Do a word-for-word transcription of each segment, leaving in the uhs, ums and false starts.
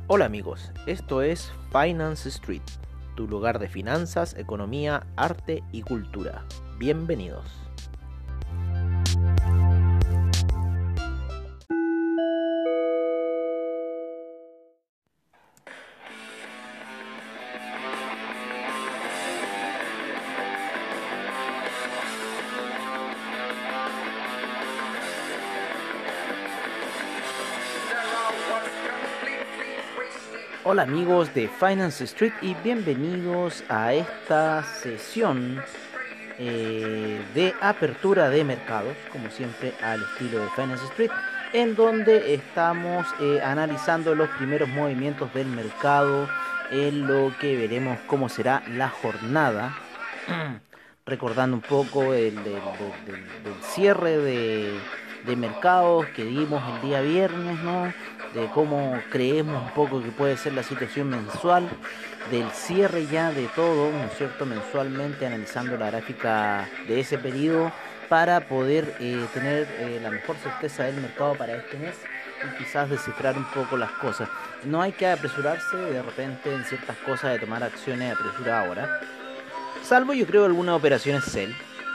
Hola amigos, esto es Finance Street, tu lugar de finanzas, economía, arte y cultura. Bienvenidos. Hola amigos de Finance Street y bienvenidos a esta sesión eh, de apertura de mercados, como siempre al estilo de Finance Street, en donde estamos eh, analizando los primeros movimientos del mercado, en lo que veremos cómo será la jornada, recordando un poco el, del, del- del- del cierre de, de mercados que dimos el día viernes, ¿no? De cómo creemos un poco que puede ser la situación mensual, del cierre ya de todo, ¿no es cierto?, mensualmente, analizando la gráfica de ese periodo para poder eh, tener eh, la mejor certeza del mercado para este mes y quizás descifrar un poco las cosas. No hay que apresurarse de repente en ciertas cosas de tomar acciones apresuradas ahora, salvo yo creo algunas operaciones sell,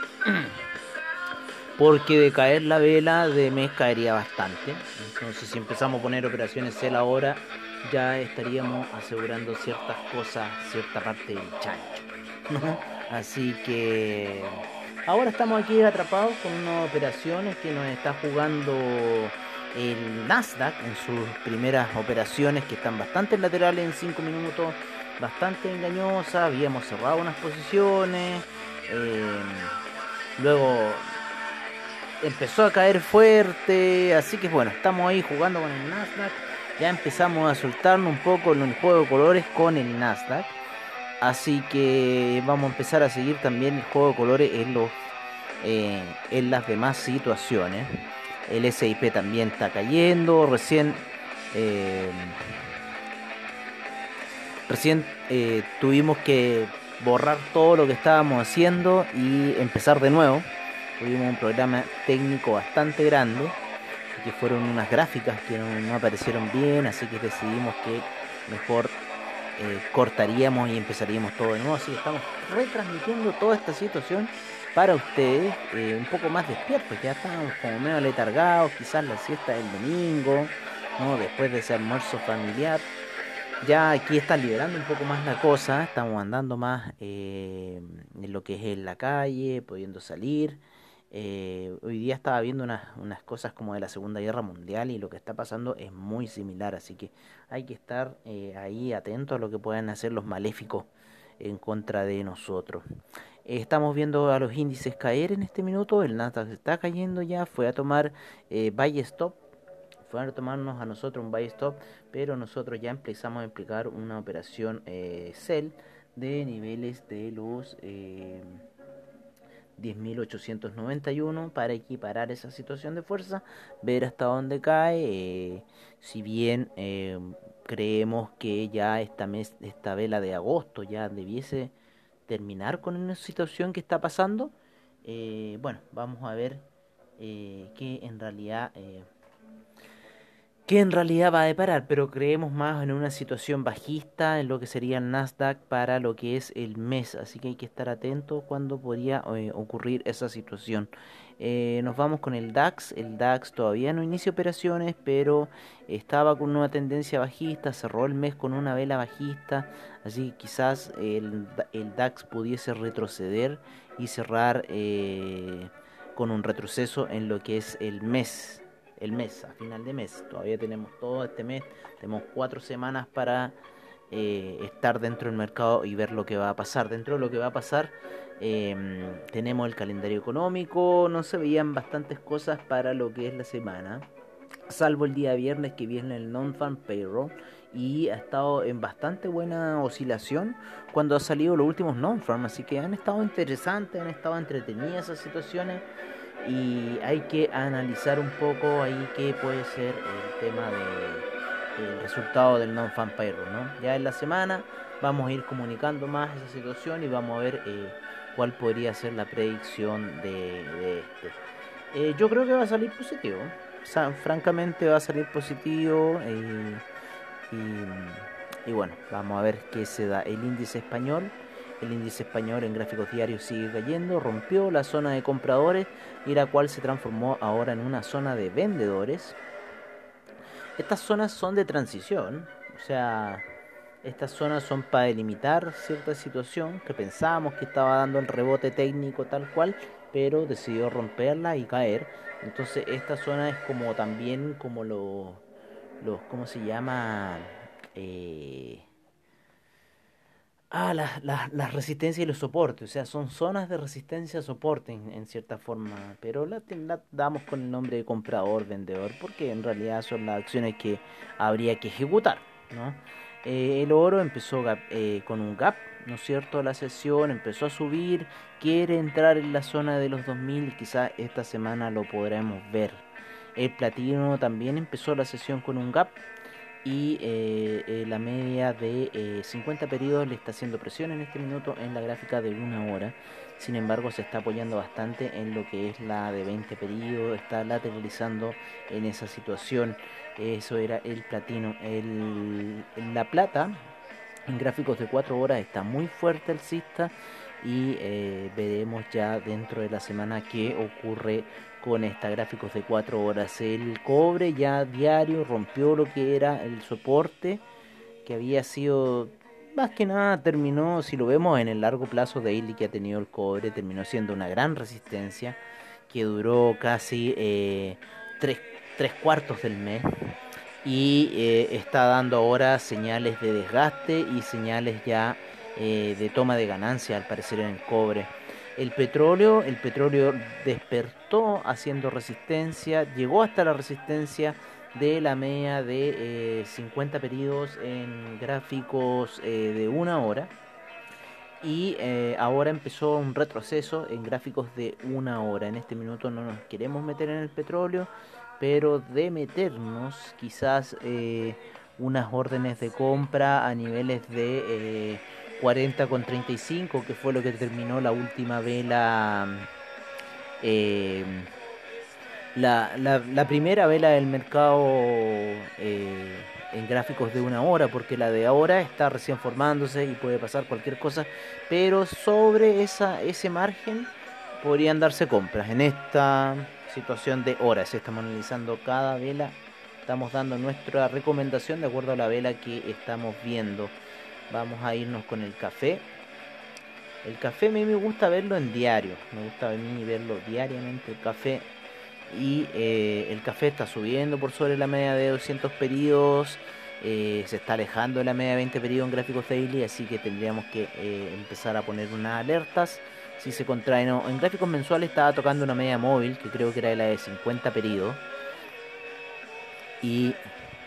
porque de caer la vela de mes caería bastante. Entonces si empezamos a poner operaciones sell ahora, ya estaríamos asegurando ciertas cosas, cierta parte del chancho, ¿no? Así que ahora estamos aquí atrapados con unas operaciones que nos está jugando el Nasdaq en sus primeras operaciones, que están bastante laterales en cinco minutos, bastante engañosas. Habíamos cerrado unas posiciones, eh, luego empezó a caer fuerte, así que bueno, estamos ahí jugando con el Nasdaq. Ya empezamos a soltarnos un poco en el juego de colores con el Nasdaq. Así que vamos a empezar a seguir también el juego de colores en los eh, en las demás situaciones. El S y P también está cayendo. Recién eh, recién eh, tuvimos que borrar todo lo que estábamos haciendo y empezar de nuevo. Tuvimos un programa técnico bastante grande, que fueron unas gráficas que no, no aparecieron bien, así que decidimos que mejor eh, cortaríamos y empezaríamos todo de nuevo. Así que estamos retransmitiendo toda esta situación para ustedes, eh, un poco más despiertos. Ya estábamos como medio letargados, quizás la siesta del domingo, ¿no? Después de ese almuerzo familiar. Ya aquí está liberando un poco más la cosa, estamos andando más eh, en lo que es en la calle, pudiendo salir. Eh, hoy día estaba viendo unas, unas cosas como de la Segunda Guerra Mundial y lo que está pasando es muy similar, así que hay que estar eh, ahí atentos a lo que puedan hacer los maléficos en contra de nosotros. Eh, estamos viendo a los índices caer en este minuto, el Nasdaq está cayendo ya, fue a tomar eh, buy stop, fue a tomarnos a nosotros un buy stop, pero nosotros ya empezamos a implicar una operación eh, sell de niveles de los eh, diez mil ochocientos noventa y uno para equiparar esa situación de fuerza, ver hasta dónde cae. Eh, si bien eh, creemos que ya esta, mes, esta vela de agosto ya debiese terminar con una situación que está pasando, eh, bueno, vamos a ver eh, qué en realidad eh, que en realidad va a deparar, pero creemos más en una situación bajista en lo que sería el Nasdaq para lo que es el mes, así que hay que estar atento cuando podría eh, ocurrir esa situación. Eh, nos vamos con el DAX, el DAX todavía no inicia operaciones, pero estaba con una tendencia bajista, cerró el mes con una vela bajista, así que quizás el, el DAX pudiese retroceder y cerrar eh, con un retroceso en lo que es el mes el mes, a final de mes. Todavía tenemos todo este mes, tenemos cuatro semanas para eh, estar dentro del mercado y ver lo que va a pasar. Dentro de lo que va a pasar, eh, tenemos el calendario económico, no se veían bastantes cosas para lo que es la semana, salvo el día viernes que viene el non-farm payroll y ha estado en bastante buena oscilación cuando ha salido los últimos non-farm, así que han estado interesantes, han estado entretenidas esas situaciones y hay que analizar un poco ahí qué puede ser el tema de el resultado del non-fan payroll, ¿no? Ya en la semana vamos a ir comunicando más esa situación y vamos a ver eh, cuál podría ser la predicción de, de este. Eh, yo creo que va a salir positivo, o sea, francamente va a salir positivo. Eh, Y, y bueno, vamos a ver qué se da. El índice español, el índice español en gráficos diarios sigue cayendo, rompió la zona de compradores y la cual se transformó ahora en una zona de vendedores. Estas zonas son de transición, o sea, estas zonas son para delimitar cierta situación que pensábamos que estaba dando el rebote técnico tal cual, pero decidió romperla y caer. Entonces esta zona es como también como los, los ¿cómo se llama? Eh, Ah, las las las resistencias y los soportes, o sea, son zonas de resistencia soporte en, en cierta forma, pero la, ten- la damos con el nombre de comprador, vendedor, porque en realidad son las acciones que habría que ejecutar, ¿no? Eh, el oro empezó gap- eh, con un gap, ¿no es cierto? La sesión empezó a subir, quiere entrar en la zona de los dos mil y quizás esta semana lo podremos ver. El platino también empezó la sesión con un gap y eh, eh, la media de eh, cincuenta periodos le está haciendo presión en este minuto en la gráfica de una hora. Sin embargo, se está apoyando bastante en lo que es la de veinte periodos, está lateralizando en esa situación. Eso era el platino. El, la plata en gráficos de cuatro horas está muy fuerte alcista y eh, veremos ya dentro de la semana qué ocurre con esta gráficos de cuatro horas. El cobre ya diario rompió lo que era el soporte que había sido más que nada terminó, si lo vemos en el largo plazo daily que ha tenido el cobre, terminó siendo una gran resistencia que duró casi eh, tres, tres cuartos del mes y eh, está dando ahora señales de desgaste y señales ya eh, de toma de ganancia al parecer en el cobre. El petróleo, el petróleo despertó haciendo resistencia, llegó hasta la resistencia de la media de eh, cincuenta periodos en gráficos eh, de una hora y eh, ahora empezó un retroceso en gráficos de una hora. En este minuto no nos queremos meter en el petróleo, pero de meternos quizás eh, unas órdenes de compra a niveles de eh, cuarenta con treinta y cinco, que fue lo que terminó la última vela. eh, la, la, la primera vela del mercado eh, en gráficos de una hora, porque la de ahora está recién formándose y puede pasar cualquier cosa, pero sobre esa, ese margen podrían darse compras. En esta situación de horas, estamos analizando cada vela, estamos dando nuestra recomendación de acuerdo a la vela que estamos viendo. Vamos a irnos con el café. El café a mí me gusta verlo en diario, me gusta a mí verlo diariamente el café y eh, el café está subiendo por sobre la media de doscientos periodos, eh, se está alejando de la media de veinte periodos en gráficos daily, así que tendríamos que eh, empezar a poner unas alertas si se contrae. No, en gráficos mensuales estaba tocando una media móvil que creo que era la de cincuenta periodos y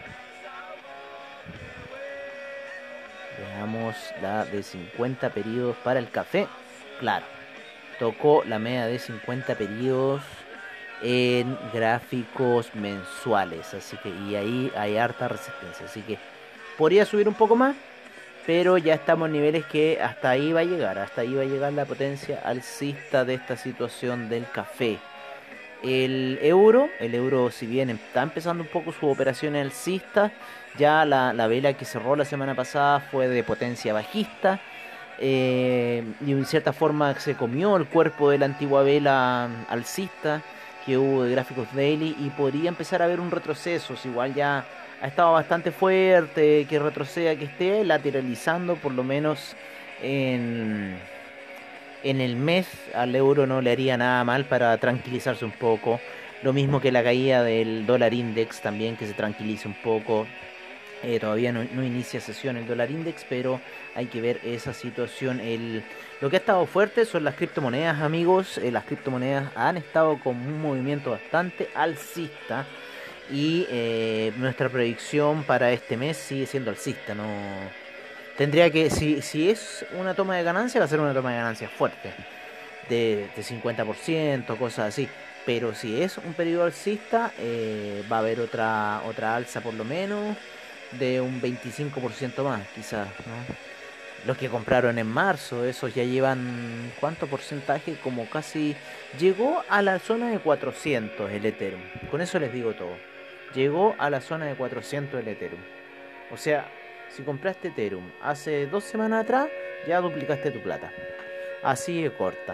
veamos la de cincuenta periodos para el café. Claro, tocó la media de cincuenta periodos en gráficos mensuales, así que y ahí hay harta resistencia, así que podría subir un poco más, pero ya estamos en niveles que hasta ahí va a llegar, hasta ahí va a llegar la potencia alcista de esta situación del café. El euro, el euro si bien está empezando un poco su operación alcista, ya la, la vela que cerró la semana pasada fue de potencia bajista, eh, y en cierta forma se comió el cuerpo de la antigua vela alcista que hubo de gráficos daily y podría empezar a haber un retroceso. Si igual ya ha estado bastante fuerte, que retroceda, que esté lateralizando por lo menos en, en el mes al euro no le haría nada mal para tranquilizarse un poco. Lo mismo que la caída del dólar index también que se tranquilice un poco. Eh, todavía no, no inicia sesión el dólar index, pero hay que ver esa situación. El, lo que ha estado fuerte son las criptomonedas, amigos. Eh, las criptomonedas han estado con un movimiento bastante alcista y eh, nuestra predicción para este mes sigue siendo alcista. No tendría que, si, si es una toma de ganancia, va a ser una toma de ganancias fuerte, de, de cincuenta por ciento, cosas así. Pero si es un periodo alcista, eh, va a haber otra otra alza por lo menos de un veinticinco por ciento más, quizás, ¿no? Los que compraron en marzo, esos ya llevan, ¿cuánto porcentaje? Como casi llegó a la zona de cuatrocientos el Ethereum. Con eso les digo todo. Llegó a la zona de cuatrocientos el Ethereum. O sea, si compraste Ethereum hace dos semanas atrás, ya duplicaste tu plata. Así de corta.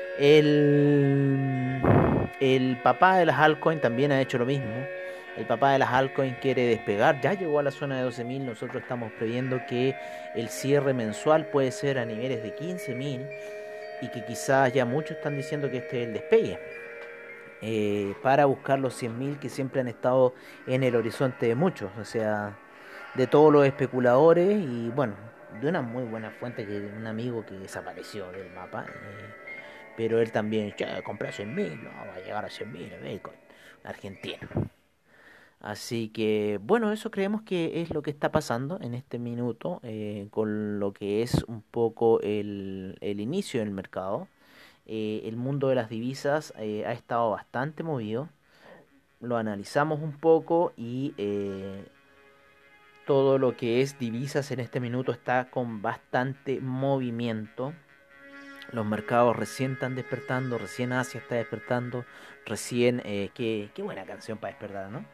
El, el papá de las altcoins también ha hecho lo mismo. El papá de las altcoins quiere despegar. Ya llegó a la zona de doce mil. Nosotros estamos previendo que el cierre mensual puede ser a niveles de quince mil. Y que quizás ya muchos están diciendo que este es el despegue. Eh, para buscar los cien mil que siempre han estado en el horizonte de muchos. O sea, de todos los especuladores. Y bueno, de una muy buena fuente, que un amigo que desapareció del mapa. Eh, pero él también, che, compré cien mil, no, va a llegar a cien mil el Bitcoin, argentino. Así que, bueno, eso creemos que es lo que está pasando en este minuto, eh, con lo que es un poco el, el inicio del mercado. Eh, el mundo de las divisas eh, ha estado bastante movido. Lo analizamos un poco y eh, todo lo que es divisas en este minuto está con bastante movimiento. Los mercados recién están despertando, recién Asia está despertando, recién... Eh, qué, qué buena canción para despertar, ¿no?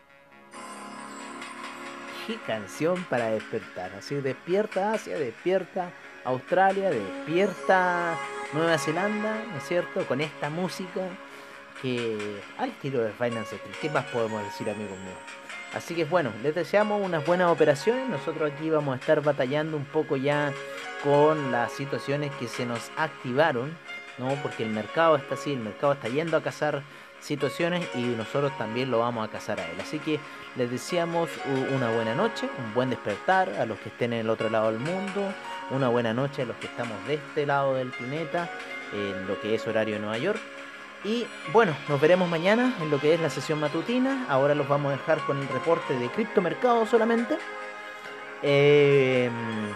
Qué canción para despertar. Así, despierta Asia, despierta Australia, despierta Nueva Zelanda, ¿no es cierto? Con esta música que al estilo de Finance Street. ¿Qué más podemos decir, amigos míos? Así que bueno, les deseamos unas buenas operaciones. Nosotros aquí vamos a estar batallando un poco ya con las situaciones que se nos activaron, ¿no? Porque el mercado está así, el mercado está yendo a cazar situaciones y nosotros también lo vamos a cazar a él. Así que les deseamos una buena noche, un buen despertar a los que estén en el otro lado del mundo, una buena noche a los que estamos de este lado del planeta, en lo que es horario de Nueva York. Y bueno, nos veremos mañana en lo que es la sesión matutina. Ahora los vamos a dejar con el reporte de criptomercado solamente. Eh,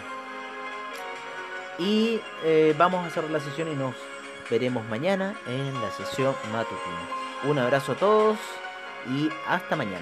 y eh, vamos a cerrar la sesión y nos veremos mañana en la sesión matutina. Un abrazo a todos y hasta mañana.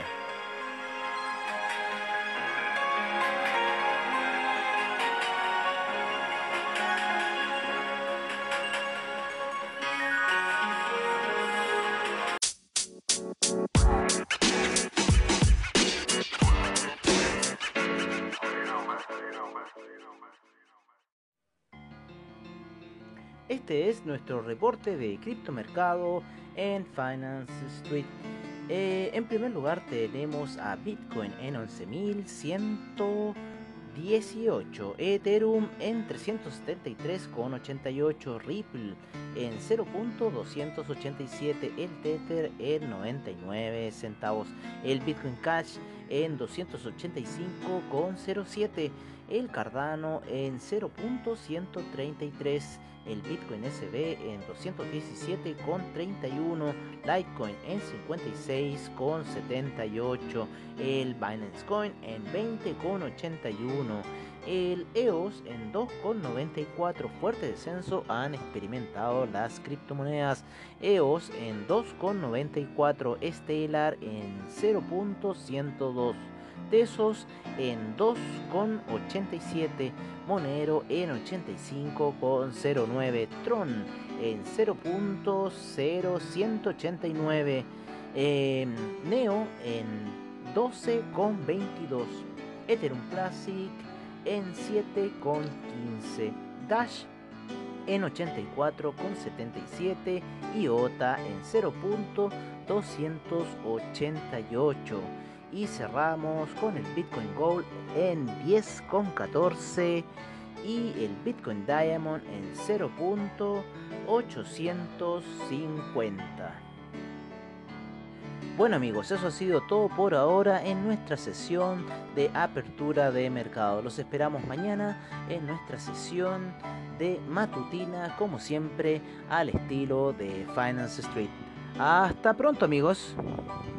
Este es nuestro reporte de criptomercado en Finance Street. Eh, en primer lugar tenemos a Bitcoin en once mil ciento dieciocho, Ethereum en trescientos setenta y tres con ochenta y ocho, Ripple en cero punto doscientos ochenta y siete, el Tether en noventa y nueve centavos, el Bitcoin Cash en doscientos ochenta y cinco con cero siete, el Cardano en cero punto ciento treinta y tres, el Bitcoin S B en doscientos diecisiete con treinta y uno, Litecoin en cincuenta y seis con setenta y ocho, el Binance Coin en veinte con ochenta y uno, el E O S en dos con noventa y cuatro. Fuerte descenso han experimentado las criptomonedas. E O S en dos con noventa y cuatro, Stellar en cero punto ciento dos, Tesos en dos con ochenta y siete, Monero en ochenta y cinco con cero nueve, Tron en cero punto cero ciento ochenta y nueve, eh, Neo en doce con veintidós, Ethereum Classic en siete con quince, Dash en ochenta y cuatro con setenta y siete, I O T A en cero punto doscientos ochenta y ocho. Y cerramos con el Bitcoin Gold en diez con catorce y el Bitcoin Diamond en cero punto ochocientos cincuenta. Bueno amigos, eso ha sido todo por ahora en nuestra sesión de apertura de mercado. Los esperamos mañana en nuestra sesión de matutina, como siempre, al estilo de Finance Street. Hasta pronto amigos.